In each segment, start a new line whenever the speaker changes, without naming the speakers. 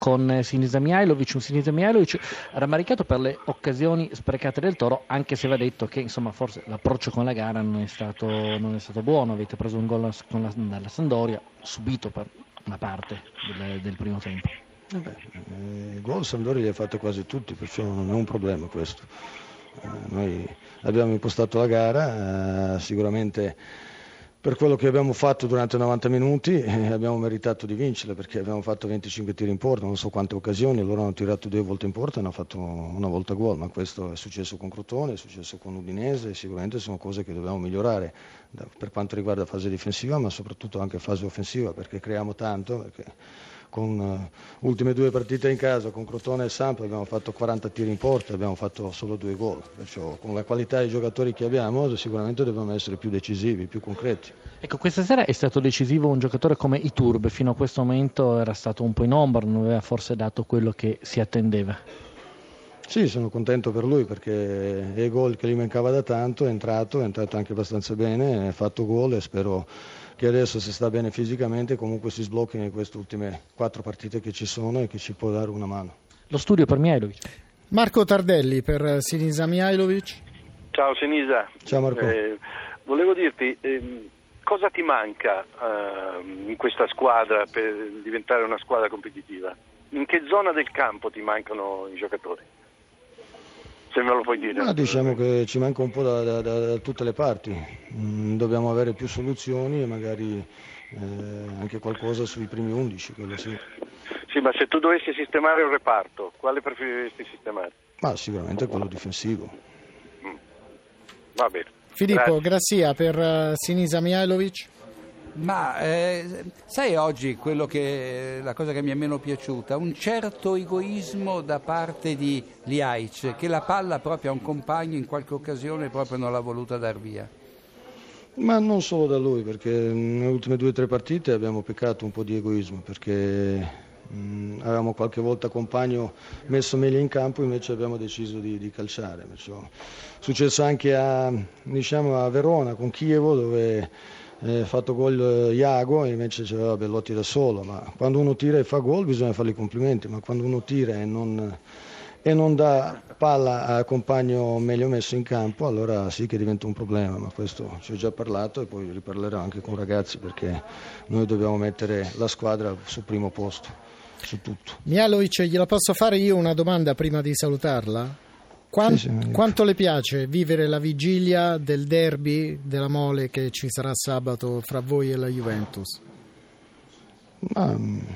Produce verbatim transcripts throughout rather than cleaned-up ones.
con Sinisa Mihajlovic, un Sinisa Mihajlovic rammaricato per le occasioni sprecate del Toro, anche se va detto che insomma forse l'approccio con la gara non è stato, non è stato buono. Avete preso un gol con la, dalla Sampdoria, subito per una parte del, del primo tempo.
Eh beh, eh, il gol Sampdoria li ha fatti quasi tutti, perciò non è un problema questo. Eh, noi abbiamo impostato la gara, eh, sicuramente per quello che abbiamo fatto durante novanta minuti eh, abbiamo meritato di vincere, perché abbiamo fatto venticinque tiri in porta, non so quante occasioni, loro hanno tirato due volte in porta e hanno fatto una volta gol, ma questo è successo con Crotone, è successo con Udinese, e sicuramente sono cose che dobbiamo migliorare da, per quanto riguarda fase difensiva, ma soprattutto anche fase offensiva, perché creiamo tanto, perché con uh, ultime due partite in casa con Crotone e Samp abbiamo fatto quaranta tiri in porta, abbiamo fatto solo due gol, perciò con la qualità dei giocatori che abbiamo sicuramente dobbiamo essere più decisivi, più concreti.
Ecco, questa sera è stato decisivo un giocatore come Iturbe, fino a questo momento era stato un po' in ombra, non aveva forse dato quello che si attendeva.
Sì, sono contento per lui, perché è il gol che gli mancava da tanto, è entrato, è entrato anche abbastanza bene, ha fatto gol e spero che adesso, se sta bene fisicamente, comunque si sblocchi in queste ultime quattro partite che ci sono e che ci può dare una mano.
Lo studio per Mihajlovic.
Marco Tardelli per Sinisa Mihajlovic.
Ciao Sinisa.
Ciao Marco.
Eh, volevo dirti, eh, cosa ti manca eh, in questa squadra per diventare una squadra competitiva? In che zona del campo ti mancano i giocatori? Se me lo puoi dire.
Ma diciamo che ci manca un po' da, da, da, da tutte le parti, mm, dobbiamo avere più soluzioni e magari eh, anche qualcosa sui primi undici, quello sì.
Sì, ma se tu dovessi sistemare un reparto, quale preferiresti sistemare?
Ma sicuramente quello difensivo.
Mm. Va bene.
Filippo
Grazie.
Grassia per uh, Sinisa Mihajlovic.
Ma eh, sai oggi quello che la cosa che mi è meno piaciuta, un certo egoismo da parte di Ljajic, che la palla proprio a un compagno in qualche occasione proprio non l'ha voluta dar via.
Ma non solo da lui, perché nelle ultime due o tre partite abbiamo peccato un po' di egoismo, perché mh, avevamo qualche volta compagno messo meglio in campo, invece abbiamo deciso di, di calciare. Perciò è successo anche a, diciamo, a Verona con Chievo, dove ha fatto gol Iago e invece c'aveva Bellotti da solo, ma quando uno tira e fa gol bisogna fargli i complimenti, ma quando uno tira e non, e non dà palla a compagno meglio messo in campo, allora sì che diventa un problema, ma questo ci ho già parlato e poi riparlerò anche con i ragazzi, perché noi dobbiamo mettere la squadra sul primo posto, su tutto.
Mihajlovic, gliela posso fare io una domanda prima di salutarla? Quant-
sì, sì,
quanto le piace vivere la vigilia del derby della Mole che ci sarà sabato fra voi e la Juventus?
Ma,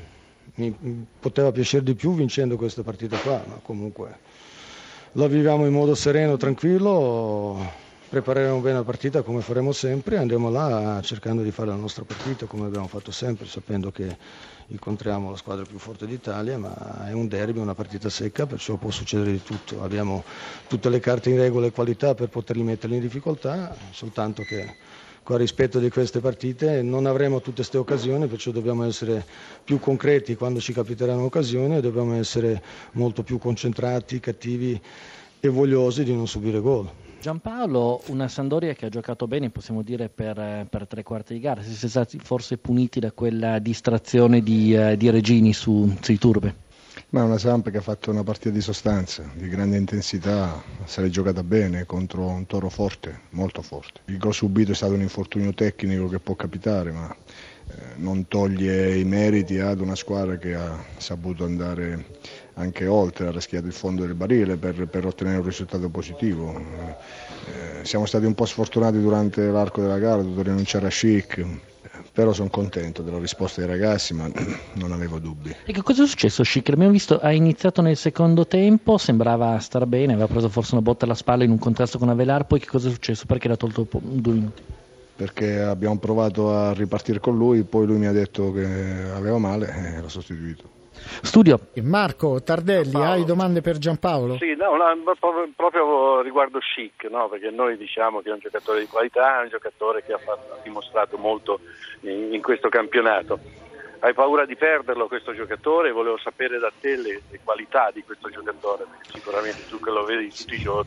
mi poteva piacere di più vincendo questa partita qua, ma comunque la viviamo in modo sereno, tranquillo, prepareremo bene la partita come faremo sempre, andremo là cercando di fare la nostra partita come abbiamo fatto sempre, sapendo che incontriamo la squadra più forte d'Italia, ma è un derby, una partita secca, perciò può succedere di tutto. Abbiamo tutte le carte in regola e qualità per poterli metterli in difficoltà, soltanto che con rispetto di queste partite non avremo tutte queste occasioni, perciò dobbiamo essere più concreti quando ci capiteranno occasioni e dobbiamo essere molto più concentrati, cattivi e vogliosi di non subire gol.
Giampaolo, una Sampdoria che ha giocato bene, possiamo dire, per, per tre quarti di gara. Siete stati forse puniti da quella distrazione di, uh, di Regini su, sui Turbe?
Ma è una Samp che ha fatto una partita di sostanza, di grande intensità, se l'è giocata bene contro un Toro forte, molto forte. Il gol subito è stato un infortunio tecnico che può capitare, ma eh, non toglie i meriti ad una squadra che ha saputo andare anche oltre, ha rischiato il fondo del barile per, per ottenere un risultato positivo. Eh, siamo stati un po' sfortunati durante l'arco della gara, dovuto rinunciare a Schick, però sono contento della risposta dei ragazzi, ma non avevo dubbi.
E che cosa è successo, Schick? L'abbiamo visto, ha iniziato nel secondo tempo, sembrava star bene, aveva preso forse una botta alla spalla in un contrasto con Avelar, poi che cosa è successo? Perché l'ha tolto due minuti?
Perché abbiamo provato a ripartire con lui, poi lui mi ha detto che aveva male e l'ho sostituito.
Studio.
Marco Tardelli, Paolo, hai domande per Giampaolo?
Sì, no, no, proprio riguardo Schick, no? Perché noi diciamo che è un giocatore di qualità, è un giocatore che ha, fatto, ha dimostrato molto in, in questo campionato. Hai paura di perderlo questo giocatore? Volevo sapere da te le, le qualità di questo giocatore, perché sicuramente tu che lo vedi tutti i giorni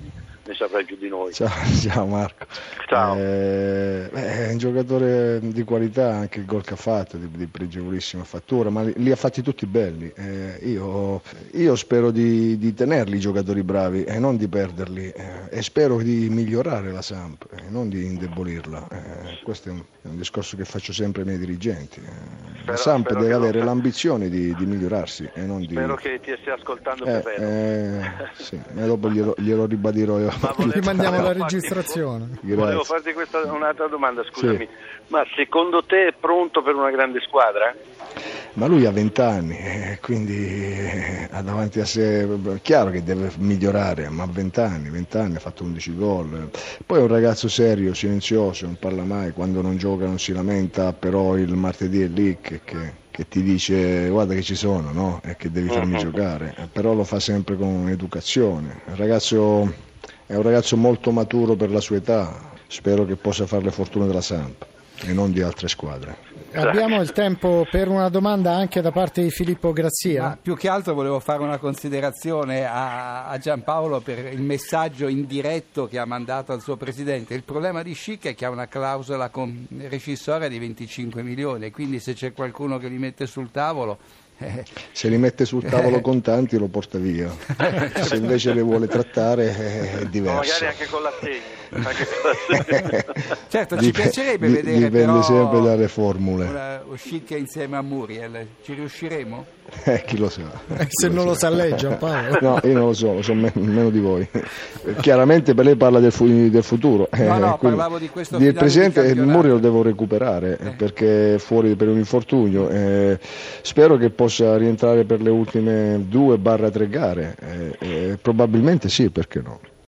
ne saprai più di noi.
Ciao, ciao Marco.
Ciao.
Eh, è un giocatore di qualità, anche il gol che ha fatto di, di pregevolissima fattura, ma li, li ha fatti tutti belli. Eh, io, io spero di, di tenerli i giocatori bravi e non di perderli, eh, e spero di migliorare la Samp e non di indebolirla. Eh, questo è un, è un discorso che faccio sempre ai miei dirigenti. Eh,
spero,
la Samp deve avere
lo...
l'ambizione di, di migliorarsi e non
spero
di...
che ti stia ascoltando
eh,
per
eh, sì, e dopo glielo, glielo ribadirò io.
Ti mandiamo la
farti,
registrazione.
Volevo farti questa, un'altra domanda, scusami.
Sì.
Ma secondo te è pronto per una grande squadra?
Ma lui ha vent'anni, eh, quindi ha davanti a sé, è chiaro che deve migliorare, ma ha vent'anni, vent'anni, ha fatto undici gol. Poi è un ragazzo serio, silenzioso, non parla mai, quando non gioca non si lamenta, però il martedì è lì che, che, che ti dice guarda che ci sono, no? E che devi farmi uh-huh. giocare, però lo fa sempre con educazione. Il ragazzo è un ragazzo molto maturo per la sua età, spero che possa fare le fortune della Samp e non di altre squadre.
Abbiamo il tempo per una domanda anche da parte di Filippo Grazia.
Ma più che altro volevo fare una considerazione a, a Giampaolo per il messaggio indiretto che ha mandato al suo presidente. Il problema di Schick è che ha una clausola con rescissoria di venticinque milioni, quindi se c'è qualcuno che li mette sul tavolo... Eh.
Se li mette sul tavolo contanti lo porta via, se invece le vuole trattare è diverso.
Magari anche con l'assegno. Anche con l'assegno.
Certo, ci
Dip-
piacerebbe
di-
vedere
dipende
però
sempre dalle formule.
una Schick insieme a Muriel, ci riusciremo?
Eh, chi lo sa.
Eh, se
Chi
non lo
sa.
sa lei Giampaolo.
No, io non lo so, lo so me- meno di voi. Chiaramente per lei parla del, fu- del futuro.
No, no,
Eh, quindi
parlavo di questo
il
finale
presidente
di
il
campionato.
Muriel lo devo recuperare eh. perché è fuori per un infortunio. Eh, spero che possa rientrare per le ultime due barra tre gare. Eh, eh, probabilmente sì, perché no?